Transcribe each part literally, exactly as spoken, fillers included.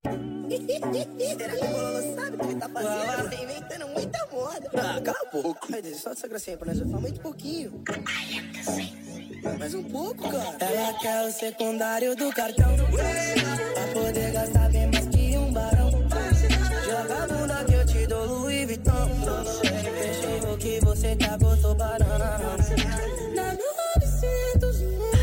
Será que o Bololo sabe o que ele tá fazendo? Tá inventando muita moda. Ah, cala a boca. Ai, deixa só essa gracinha pra nós, eu falo muito pouquinho. Mais um pouco, cara. Ela quer o secundário do cartão pra poder gastar bem mais que um barão. Joga a bunda que eu te dou Louis Vuitton. Deixa o que você tá, botou banana. Na novecentos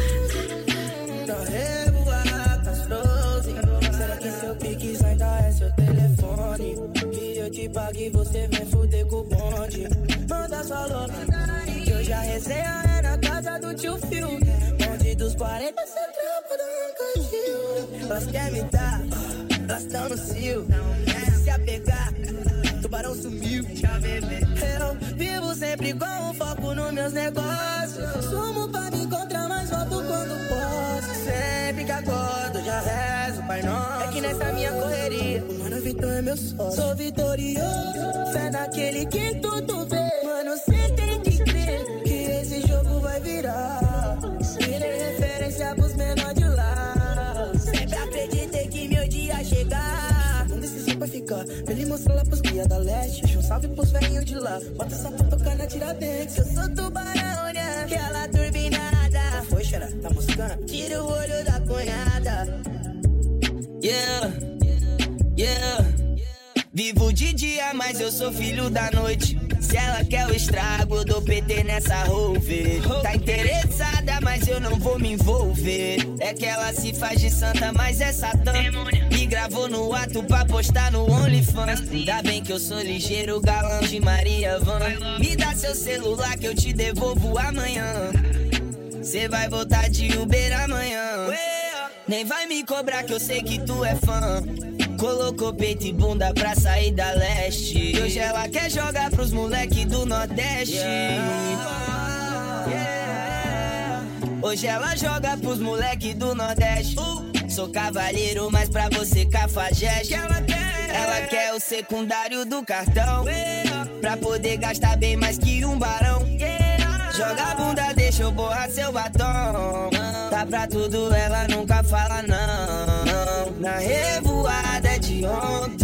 na revoada, frozen. Será que seu Pix ainda é seu telefone? Que eu te pago e você vem fuder com o bonde. Manda sua louca, que eu já resenha é na casa do tio Phil. Bonde dos quarenta, cê trampa da Cancil. Elas querem me dar, elas tão no cio. Se apegar, tubarão sumiu. Eu vivo sempre com um foco nos meus negócios. Sumo pra me encontrar, mas volto quando posso. Sempre que acordo, já rezo, Pai Nosso. É que nessa minha correria, o Mano Vitor é meu sócio. Sou vitorioso, fé naquele que tudo vê. Mano, cê tem que crer que esse jogo vai virar. Virei referência pros menores de lá. Sempre acreditei que meu dia chegar. Não decisão pra ficar, pra ele mostrar lá pros guia da leste. Deixa um salve pros velhinhos de lá. Bota essa pra tocar na Tiradentes. Eu sou tubarão, né? Aquela turbinada. Foi, xera, tá moscando? Tira o olho da cunhada. Yeah, yeah. Vivo de dia, mas eu sou filho da noite. Se ela quer o estrago, eu dou P T nessa rover. Tá interessada, mas eu não vou me envolver. É que ela se faz de santa, mas é satã. Me gravou no ato pra postar no OnlyFans. Ainda bem que eu sou ligeiro, galã de Maria Van. Me dá seu celular que eu te devolvo amanhã. Cê vai voltar de Uber amanhã. Nem vai me cobrar que eu sei que tu é fã. Colocou peito e bunda pra sair da leste. Hoje ela quer jogar pros moleque do Nordeste. Yeah. Yeah. Hoje ela joga pros moleque do Nordeste. uh. Sou cavalheiro, mas pra você cafajeste. Ela quer, ela quer o secundário do cartão pra poder gastar bem mais que um barão. Joga a bunda, deixa eu borrar seu batom. Tá pra tudo, ela nunca fala não. Na revoada de ontem